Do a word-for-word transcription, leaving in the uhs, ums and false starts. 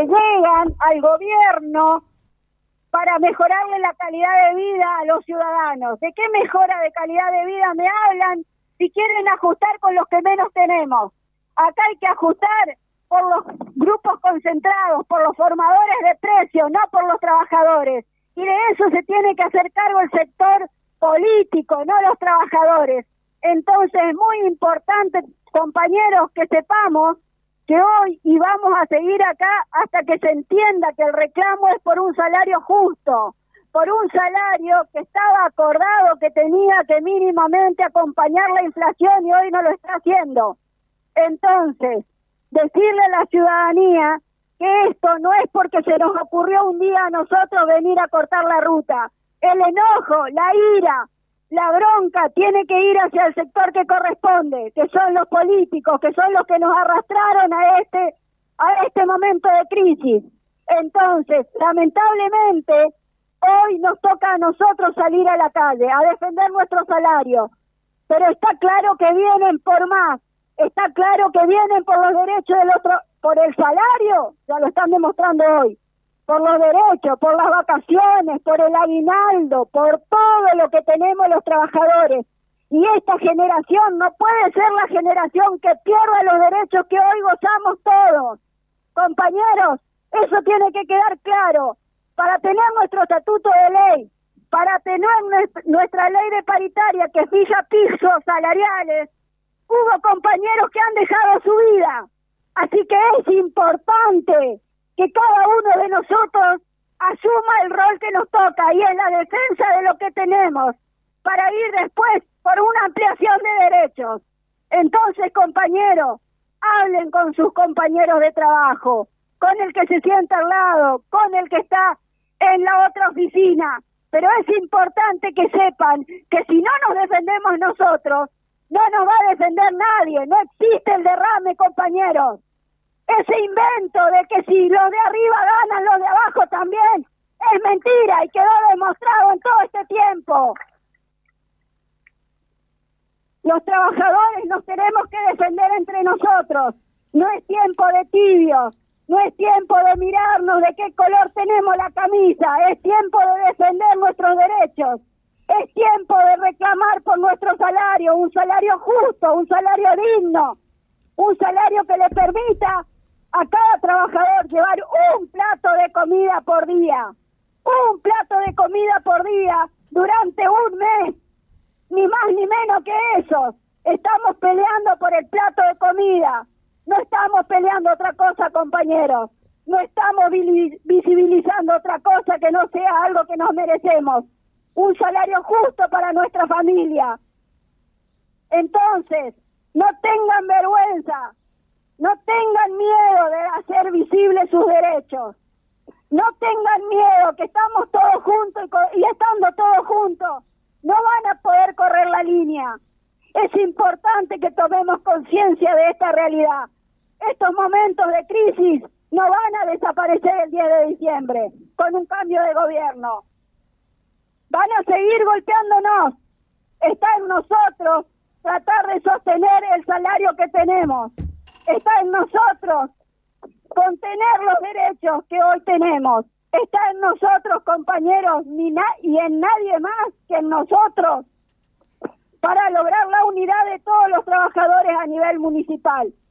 llegan al gobierno para mejorarle la calidad de vida a los ciudadanos. ¿De qué mejora de calidad de vida me hablan si quieren ajustar con los que menos tenemos? Acá hay que ajustar por los grupos concentrados, por los formadores de precios, no por los trabajadores. Y de eso se tiene que hacer cargo el sector político, no los trabajadores. Entonces es muy importante, compañeros, que sepamos que hoy y vamos a seguir acá hasta que se entienda que el reclamo es por un salario justo, por un salario que estaba acordado, que tenía que mínimamente acompañar la inflación y hoy no lo está haciendo. Entonces, decirle a la ciudadanía que esto no es porque se nos ocurrió un día a nosotros venir a cortar la ruta. El enojo, la ira, la bronca tiene que ir hacia el sector que corresponde, que son los políticos, que son los que nos arrastraron a este a este momento de crisis. Entonces, lamentablemente, hoy nos toca a nosotros salir a la calle, a defender nuestro salario. Pero está claro que vienen por más, está claro que vienen por los derechos del otro, por el salario, ya lo están demostrando hoy. Por los derechos, por las vacaciones, por el aguinaldo, por todo lo que tenemos los trabajadores. Y esta generación no puede ser la generación que pierda los derechos que hoy gozamos todos. Compañeros, eso tiene que quedar claro. Para tener nuestro estatuto de ley, para tener nuestra ley de paritaria que fija pisos salariales, hubo compañeros que han dejado su vida. Así que es importante que cada uno de nosotros asuma el rol que nos toca y es la defensa de lo que tenemos para ir después por una ampliación de derechos. Entonces, compañeros, hablen con sus compañeros de trabajo, con el que se sienta al lado, con el que está en la otra oficina, pero es importante que sepan que si no nos defendemos nosotros, no nos va a defender nadie, no existe el derrame, compañeros. Ese invento de que si los de arriba ganan, los de abajo también, es mentira y quedó demostrado en todo este tiempo. Los trabajadores nos tenemos que defender entre nosotros. No es tiempo de tibios, no es tiempo de mirarnos de qué color tenemos la camisa, es tiempo de defender nuestros derechos. Es tiempo de reclamar por nuestro salario, un salario justo, un salario digno, un salario que le permita a cada trabajador llevar un plato de comida por día, un plato de comida por día durante un mes, ni más ni menos que eso. Estamos peleando por el plato de comida, no estamos peleando otra cosa, compañeros, no estamos visibilizando otra cosa que no sea algo que nos merecemos, un salario justo para nuestra familia. Entonces, no tengan vergüenza, no tengan miedo de hacer visibles sus derechos. No tengan miedo, que estamos todos juntos y, y estando todos juntos, no van a poder correr la línea. Es importante que tomemos conciencia de esta realidad. Estos momentos de crisis no van a desaparecer el diez de diciembre con un cambio de gobierno. Van a seguir golpeándonos. Está en nosotros tratar de sostener el salario que tenemos. Está en nosotros contener los derechos que hoy tenemos. Está en nosotros, compañeros, ni na y en nadie más que en nosotros, para lograr la unidad de todos los trabajadores a nivel municipal.